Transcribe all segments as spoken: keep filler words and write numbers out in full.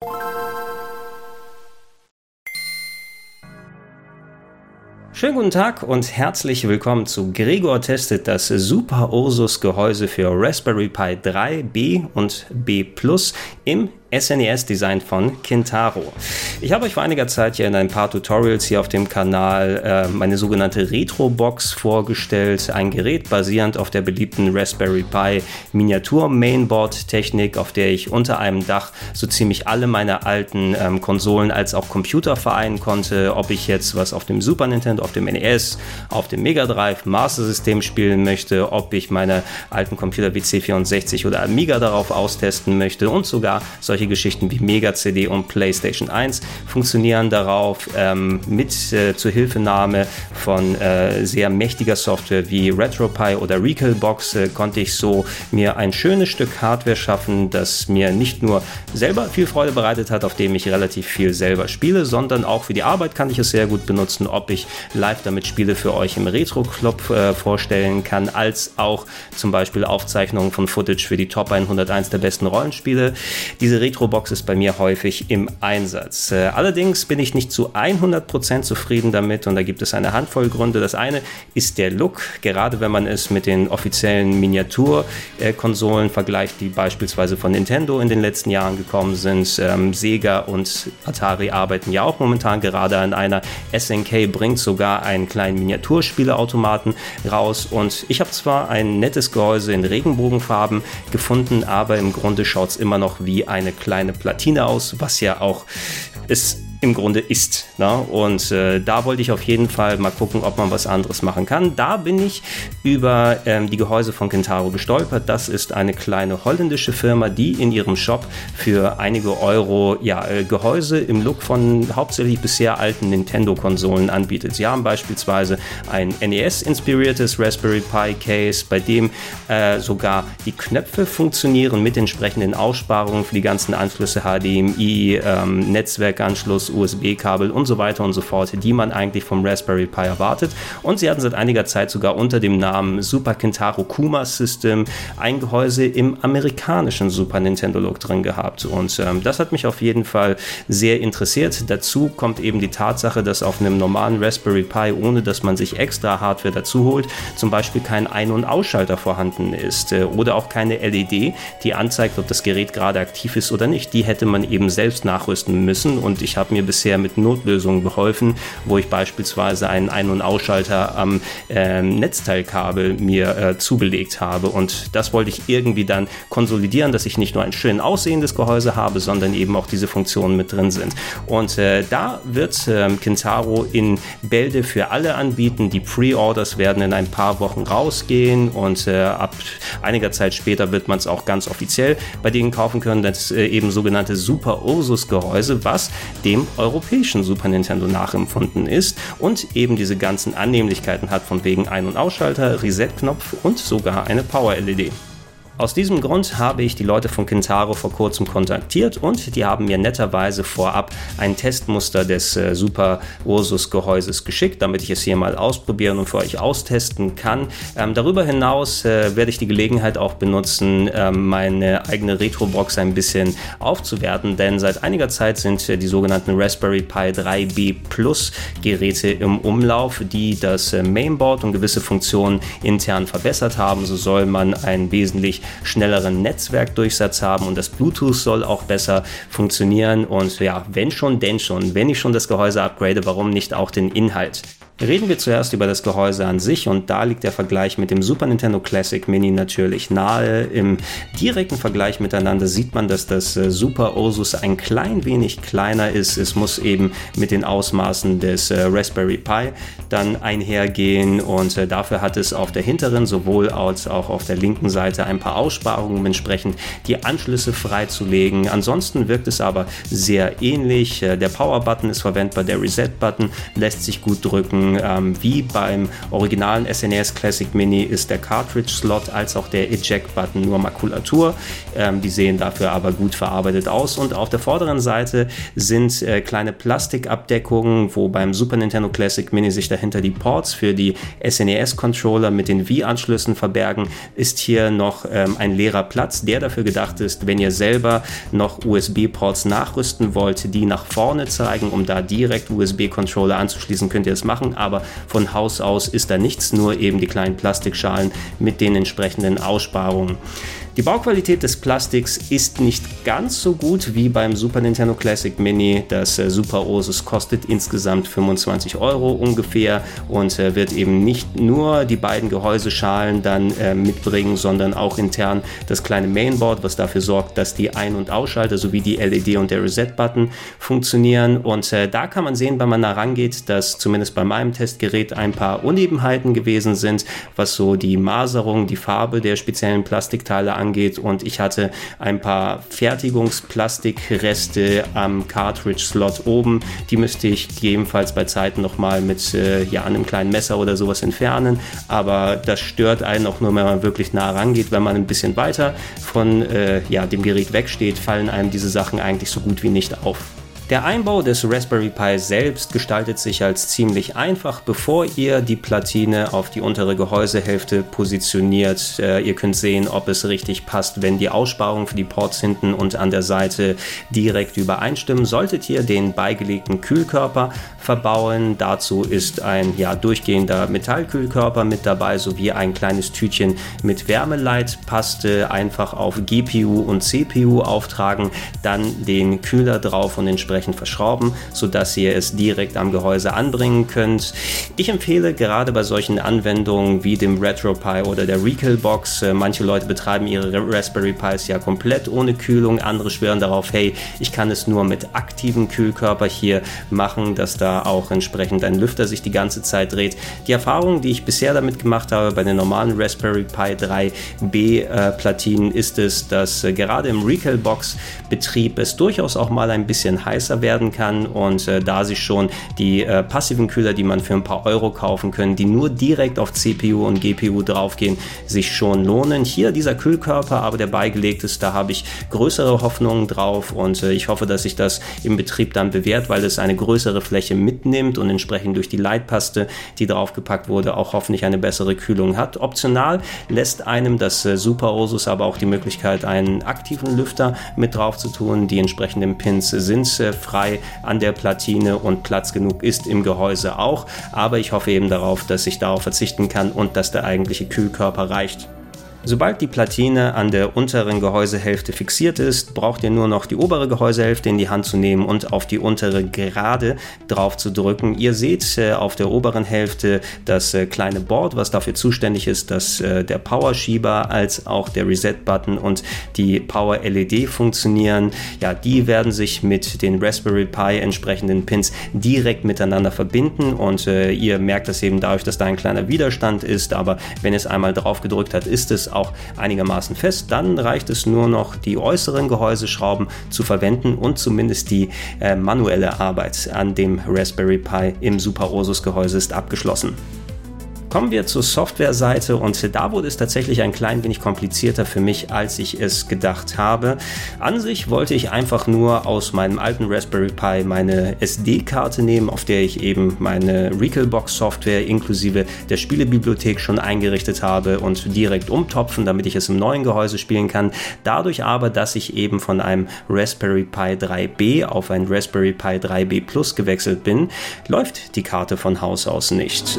Schönen guten Tag und herzlich willkommen zu Gregor testet das Super Ursus Gehäuse für Raspberry Pi drei B und B Plus im S N E S-Design von Kintaro. Ich habe euch vor einiger Zeit hier in ein paar Tutorials hier auf dem Kanal äh, meine sogenannte Retro-Box vorgestellt. Ein Gerät basierend auf der beliebten Raspberry Pi Miniatur-Mainboard-Technik, auf der ich unter einem Dach so ziemlich alle meine alten ähm, Konsolen als auch Computer vereinen konnte. Ob ich jetzt was auf dem Super Nintendo, auf dem N E S, auf dem Mega Drive, Master System spielen möchte, ob ich meine alten Computer wie C vierundsechzig oder Amiga darauf austesten möchte und sogar solche Geschichten wie Mega C D und PlayStation eins funktionieren darauf. Ähm, mit äh, Zuhilfenahme von äh, sehr mächtiger Software wie RetroPie oder Recalbox äh, konnte ich so mir ein schönes Stück Hardware schaffen, das mir nicht nur selber viel Freude bereitet hat, auf dem ich relativ viel selber spiele, sondern auch für die Arbeit kann ich es sehr gut benutzen, ob ich live damit Spiele für euch im Retro-Club äh, vorstellen kann, als auch zum Beispiel Aufzeichnungen von Footage für die Top hunderteins der besten Rollenspiele. Diese Retrobox ist bei mir häufig im Einsatz. Äh, allerdings bin ich nicht zu hundert Prozent zufrieden damit und da gibt es eine Handvoll Gründe. Das eine ist der Look, gerade wenn man es mit den offiziellen Miniaturkonsolen äh, vergleicht, die beispielsweise von Nintendo in den letzten Jahren gekommen sind. Ähm, Sega und Atari arbeiten ja auch momentan gerade an einer. S N K bringt sogar einen kleinen Miniaturspieleautomaten raus und ich habe zwar ein nettes Gehäuse in Regenbogenfarben gefunden, aber im Grunde schaut es immer noch wie eine kleine Platine aus, was ja auch ist im Grunde ist. Ne? Und äh, da wollte ich auf jeden Fall mal gucken, ob man was anderes machen kann. Da bin ich über ähm, die Gehäuse von Kintaro gestolpert. Das ist eine kleine holländische Firma, die in ihrem Shop für einige Euro ja, äh, Gehäuse im Look von hauptsächlich bisher alten Nintendo-Konsolen anbietet. Sie haben beispielsweise ein N E S-inspiriertes Raspberry Pi Case, bei dem äh, sogar die Knöpfe funktionieren mit entsprechenden Aussparungen für die ganzen Anschlüsse, H D M I, ähm, Netzwerkanschluss, U S B-Kabel und so weiter und so fort, die man eigentlich vom Raspberry Pi erwartet. Und sie hatten seit einiger Zeit sogar unter dem Namen Super Kintaro Kuma System ein Gehäuse im amerikanischen Super Nintendo-Look drin gehabt. Und ähm, das hat mich auf jeden Fall sehr interessiert. Dazu kommt eben die Tatsache, dass auf einem normalen Raspberry Pi, ohne dass man sich extra Hardware dazu holt, zum Beispiel kein Ein- und Ausschalter vorhanden ist äh, oder auch keine L E D, die anzeigt, ob das Gerät gerade aktiv ist oder nicht. Die hätte man eben selbst nachrüsten müssen und ich habe mir bisher mit Notlösungen geholfen, wo ich beispielsweise einen Ein- und Ausschalter am äh, Netzteilkabel mir äh, zugelegt habe und das wollte ich irgendwie dann konsolidieren, dass ich nicht nur ein schön aussehendes Gehäuse habe, sondern eben auch diese Funktionen mit drin sind. Und äh, da wird äh, Kintaro in Bälde für alle anbieten. Die Pre-Orders werden in ein paar Wochen rausgehen und äh, ab einiger Zeit später wird man es auch ganz offiziell bei denen kaufen können. Das äh, eben sogenannte Super Ursus Gehäuse, was dem europäischen Super Nintendo nachempfunden ist und eben diese ganzen Annehmlichkeiten hat von wegen Ein- und Ausschalter, Reset-Knopf und sogar eine Power-L E D. Aus diesem Grund habe ich die Leute von Kintaro vor kurzem kontaktiert und die haben mir netterweise vorab ein Testmuster des äh, Super Ursus Gehäuses geschickt, damit ich es hier mal ausprobieren und für euch austesten kann. Ähm, darüber hinaus äh, werde ich die Gelegenheit auch benutzen, äh, meine eigene Retrobox ein bisschen aufzuwerten, denn seit einiger Zeit sind äh, die sogenannten Raspberry Pi drei B Plus Geräte im Umlauf, die das äh, Mainboard und gewisse Funktionen intern verbessert haben. So soll man ein wesentlich schnelleren Netzwerkdurchsatz haben und das Bluetooth soll auch besser funktionieren und ja, wenn schon, denn schon, wenn ich schon das Gehäuse upgrade, warum nicht auch den Inhalt? Reden wir zuerst über das Gehäuse an sich und da liegt der Vergleich mit dem Super Nintendo Classic Mini natürlich nahe. Im direkten Vergleich miteinander sieht man, dass das äh, Super Ursus ein klein wenig kleiner ist. Es muss eben mit den Ausmaßen des äh, Raspberry Pi dann einhergehen und äh, dafür hat es auf der hinteren sowohl als auch auf der linken Seite ein paar Aussparungen, um entsprechend die Anschlüsse freizulegen. Ansonsten wirkt es aber sehr ähnlich. Äh, der Power-Button ist verwendbar, der Reset-Button lässt sich gut drücken. gucken, ähm, wie beim originalen S N E S Classic Mini ist der Cartridge-Slot als auch der Eject-Button nur Makulatur. Ähm, die sehen dafür aber gut verarbeitet aus. Und auf der vorderen Seite sind äh, kleine Plastikabdeckungen, wo beim Super Nintendo Classic Mini sich dahinter die Ports für die S N E S-Controller mit den Wii-Anschlüssen verbergen, ist hier noch ähm, ein leerer Platz, der dafür gedacht ist, wenn ihr selber noch U S B-Ports nachrüsten wollt, die nach vorne zeigen, um da direkt U S B-Controller anzuschließen, könnt ihr das machen, aber von Haus aus ist da nichts, nur eben die kleinen Plastikschalen mit den entsprechenden Aussparungen. Die Bauqualität des Plastiks ist nicht ganz so gut wie beim Super Nintendo Classic Mini. Das äh, Super Osus kostet insgesamt fünfundzwanzig Euro ungefähr und äh, wird eben nicht nur die beiden Gehäuseschalen dann äh, mitbringen, sondern auch intern das kleine Mainboard, was dafür sorgt, dass die Ein- und Ausschalter sowie die L E D und der Reset-Button funktionieren. Und äh, da kann man sehen, wenn man da rangeht, dass zumindest bei meinem Testgerät ein paar Unebenheiten gewesen sind, was so die Maserung, die Farbe der speziellen Plastikteile angeht, und ich hatte ein paar Fertigungsplastikreste am Cartridge-Slot oben, die müsste ich gegebenenfalls bei Zeiten nochmal mit äh, ja, einem kleinen Messer oder sowas entfernen, aber das stört einen auch nur, wenn man wirklich nah rangeht. Wenn man ein bisschen weiter von äh, ja, dem Gerät wegsteht, fallen einem diese Sachen eigentlich so gut wie nicht auf. Der Einbau des Raspberry Pi selbst gestaltet sich als ziemlich einfach, bevor ihr die Platine auf die untere Gehäusehälfte positioniert. Äh, ihr könnt sehen, ob es richtig passt, wenn die Aussparungen für die Ports hinten und an der Seite direkt übereinstimmen. Solltet ihr den beigelegten Kühlkörper verbauen. Dazu ist ein ja, durchgehender Metallkühlkörper mit dabei, sowie ein kleines Tütchen mit Wärmeleitpaste. Einfach auf G P U und C P U auftragen, dann den Kühler drauf und entsprechend verschrauben, sodass ihr es direkt am Gehäuse anbringen könnt. Ich empfehle gerade bei solchen Anwendungen wie dem RetroPie oder der Recalbox, äh, manche Leute betreiben ihre Raspberry Pis ja komplett ohne Kühlung, andere schwören darauf, hey, ich kann es nur mit aktivem Kühlkörper hier machen, dass da auch entsprechend ein Lüfter sich die ganze Zeit dreht. Die Erfahrung, die ich bisher damit gemacht habe bei den normalen Raspberry Pi drei B äh, Platinen, ist es, dass äh, gerade im Recalbox Betrieb es durchaus auch mal ein bisschen heißer werden kann, und äh, da sich schon die äh, passiven Kühler, die man für ein paar Euro kaufen können, die nur direkt auf C P U und G P U draufgehen, sich schon lohnen. Hier dieser Kühlkörper, aber der beigelegt ist, da habe ich größere Hoffnungen drauf, und äh, ich hoffe, dass sich das im Betrieb dann bewährt, weil es eine größere Fläche mitnimmt und entsprechend durch die Leitpaste, die draufgepackt wurde, auch hoffentlich eine bessere Kühlung hat. Optional lässt einem das äh, Super Osus aber auch die Möglichkeit, einen aktiven Lüfter mit drauf zu tun. Die entsprechenden Pins sind äh, frei an der Platine und Platz genug ist im Gehäuse auch, aber ich hoffe eben darauf, dass ich darauf verzichten kann und dass der eigentliche Kühlkörper reicht. Sobald die Platine an der unteren Gehäusehälfte fixiert ist, braucht ihr nur noch die obere Gehäusehälfte in die Hand zu nehmen und auf die untere gerade drauf zu drücken. Ihr seht äh, auf der oberen Hälfte das äh, kleine Board, was dafür zuständig ist, dass äh, der Powerschieber als auch der Reset-Button und die Power-L E D funktionieren. Ja, die werden sich mit den Raspberry Pi entsprechenden Pins direkt miteinander verbinden, und äh, ihr merkt das eben dadurch, dass da ein kleiner Widerstand ist, aber wenn es einmal drauf gedrückt hat, ist es auch einigermaßen fest. Dann reicht es nur noch, die äußeren Gehäuseschrauben zu verwenden, und zumindest die äh, manuelle Arbeit an dem Raspberry Pi im Super Osus Gehäuse ist abgeschlossen. Kommen wir zur Softwareseite, und da wurde es tatsächlich ein klein wenig komplizierter für mich, als ich es gedacht habe. An sich wollte ich einfach nur aus meinem alten Raspberry Pi meine S D-Karte nehmen, auf der ich eben meine Recalbox-Software inklusive der Spielebibliothek schon eingerichtet habe, und direkt umtopfen, damit ich es im neuen Gehäuse spielen kann. Dadurch aber, dass ich eben von einem Raspberry Pi drei B auf ein Raspberry Pi drei B Plus gewechselt bin, läuft die Karte von Haus aus nicht.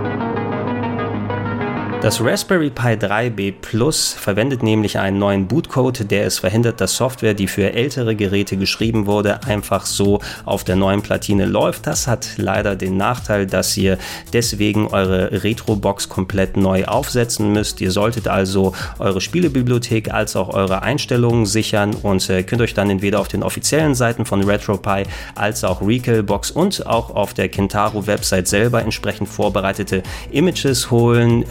Das Raspberry Pi drei B Plus verwendet nämlich einen neuen Bootcode, der es verhindert, dass Software, die für ältere Geräte geschrieben wurde, einfach so auf der neuen Platine läuft. Das hat leider den Nachteil, dass ihr deswegen eure Retrobox komplett neu aufsetzen müsst. Ihr solltet also eure Spielebibliothek als auch eure Einstellungen sichern und äh, könnt euch dann entweder auf den offiziellen Seiten von RetroPie als auch Recalbox und auch auf der Kentaro Website selber entsprechend vorbereitete Images holen. Ähm, wie genau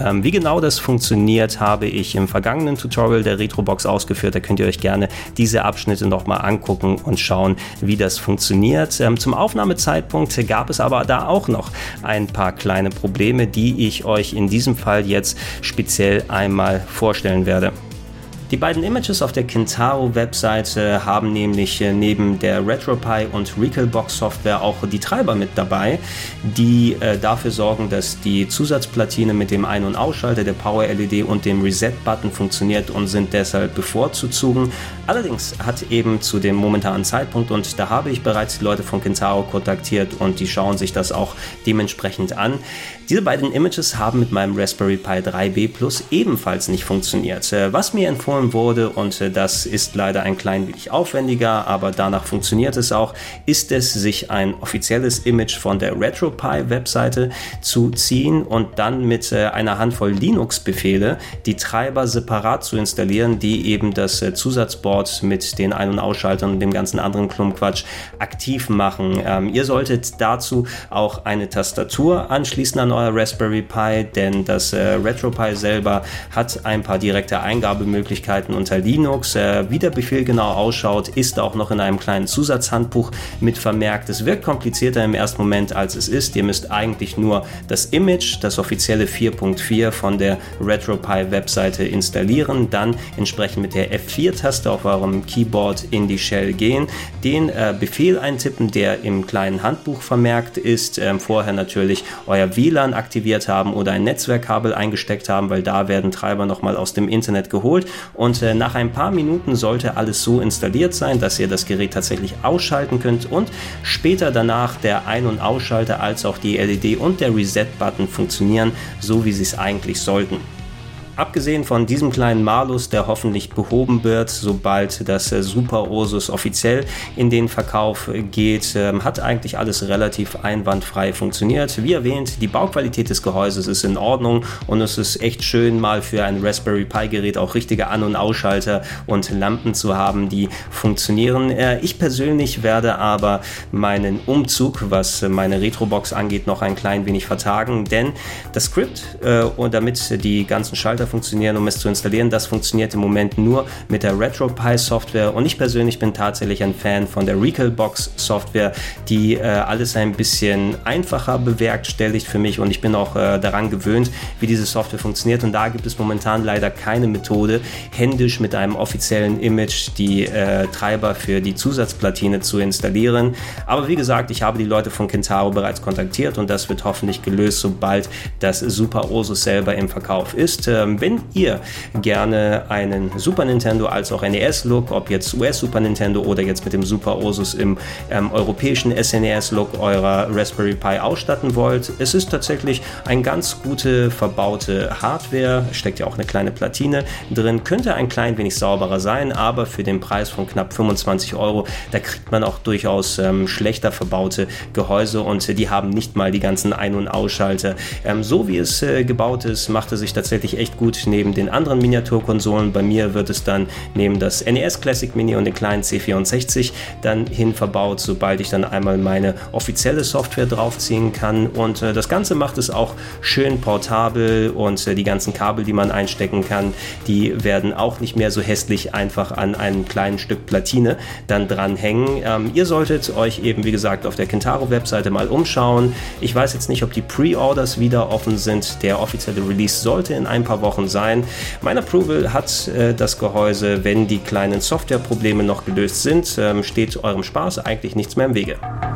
genau das funktioniert, habe ich im vergangenen Tutorial der Retrobox ausgeführt. Da könnt ihr euch gerne diese Abschnitte nochmal angucken und schauen, wie das funktioniert. Ähm, zum Aufnahmezeitpunkt gab es aber da auch noch ein paar kleine Probleme, die ich euch in diesem Fall jetzt speziell einmal vorstellen werde. Die beiden Images auf der Kintaro-Webseite haben nämlich neben der RetroPie und Recalbox-Software auch die Treiber mit dabei, die äh, dafür sorgen, dass die Zusatzplatine mit dem Ein- und Ausschalter, der Power-L E D und dem Reset-Button funktioniert und sind deshalb bevorzugen. Allerdings hat eben zu dem momentanen Zeitpunkt, und da habe ich bereits die Leute von Kintaro kontaktiert und die schauen sich das auch dementsprechend an, diese beiden Images haben mit meinem Raspberry Pi drei B Plus ebenfalls nicht funktioniert. Äh, was mir empfohlen wurde, und äh, das ist leider ein klein wenig aufwendiger, aber danach funktioniert es auch, ist es, sich ein offizielles Image von der RetroPie-Webseite zu ziehen und dann mit äh, einer Handvoll Linux-Befehle die Treiber separat zu installieren, die eben das äh, Zusatzboard mit den Ein- und Ausschaltern und dem ganzen anderen Klumpquatsch aktiv machen. Ähm, ihr solltet dazu auch eine Tastatur anschließen an euer Raspberry Pi, denn das äh, RetroPie selber hat ein paar direkte Eingabemöglichkeiten unter Linux. Äh, wie der Befehl genau ausschaut, ist auch noch in einem kleinen Zusatzhandbuch mit vermerkt. Es wirkt komplizierter im ersten Moment, als es ist. Ihr müsst eigentlich nur das Image, das offizielle vier Punkt vier von der RetroPie-Webseite installieren, dann entsprechend mit der F vier Taste auf eurem Keyboard in die Shell gehen, den äh, Befehl eintippen, der im kleinen Handbuch vermerkt ist, äh, vorher natürlich euer W L A N aktiviert haben oder ein Netzwerkkabel eingesteckt haben, weil da werden Treiber nochmal aus dem Internet geholt, und äh, nach ein paar Minuten sollte alles so installiert sein, dass ihr das Gerät tatsächlich ausschalten könnt und später danach der Ein- und Ausschalter als auch die L E D und der Reset-Button funktionieren, so wie sie es eigentlich sollten. Abgesehen von diesem kleinen Malus, der hoffentlich behoben wird, sobald das äh, Super Osus offiziell in den Verkauf geht, äh, hat eigentlich alles relativ einwandfrei funktioniert. Wie erwähnt, die Bauqualität des Gehäuses ist in Ordnung und es ist echt schön, mal für ein Raspberry Pi Gerät auch richtige An- und Ausschalter und Lampen zu haben, die funktionieren. Äh, ich persönlich werde aber meinen Umzug, was äh, meine Retrobox angeht, noch ein klein wenig vertagen, denn das Skript, äh, und damit die ganzen Schalter funktionieren, um es zu installieren. Das funktioniert im Moment nur mit der RetroPie Software, und ich persönlich bin tatsächlich ein Fan von der Recalbox Software, die äh, alles ein bisschen einfacher bewerkstelligt für mich, und ich bin auch äh, daran gewöhnt, wie diese Software funktioniert, und da gibt es momentan leider keine Methode, händisch mit einem offiziellen Image die äh, Treiber für die Zusatzplatine zu installieren. Aber wie gesagt, ich habe die Leute von Kintaro bereits kontaktiert und das wird hoffentlich gelöst, sobald das Super Osus selber im Verkauf ist. Ähm, Wenn ihr gerne einen Super Nintendo als auch N E S-Look, ob jetzt U S-Super Nintendo oder jetzt mit dem Super Osus im ähm, europäischen S N E S-Look eurer Raspberry Pi ausstatten wollt, es ist tatsächlich eine ganz gute verbaute Hardware, steckt ja auch eine kleine Platine drin, könnte ein klein wenig sauberer sein, aber für den Preis von knapp fünfundzwanzig Euro, da kriegt man auch durchaus ähm, schlechter verbaute Gehäuse, und äh, die haben nicht mal die ganzen Ein- und Ausschalter. Ähm, so wie es äh, gebaut ist, macht es sich tatsächlich echt gut neben den anderen Miniaturkonsolen. Bei mir wird es dann neben das N E S Classic Mini und den kleinen C vierundsechzig dann hin verbaut, sobald ich dann einmal meine offizielle Software draufziehen kann, und äh, das Ganze macht es auch schön portabel, und äh, die ganzen Kabel, die man einstecken kann, die werden auch nicht mehr so hässlich einfach an einem kleinen Stück Platine dann dranhängen. Ähm, ihr solltet euch eben, wie gesagt, auf der Kintaro Webseite mal umschauen. Ich weiß jetzt nicht, ob die Pre-Orders wieder offen sind. Der offizielle Release sollte in ein paar Wochen sein. Mein Approval hat äh, das Gehäuse. Wenn die kleinen Softwareprobleme noch gelöst sind, ähm, steht eurem Spaß eigentlich nichts mehr im Wege.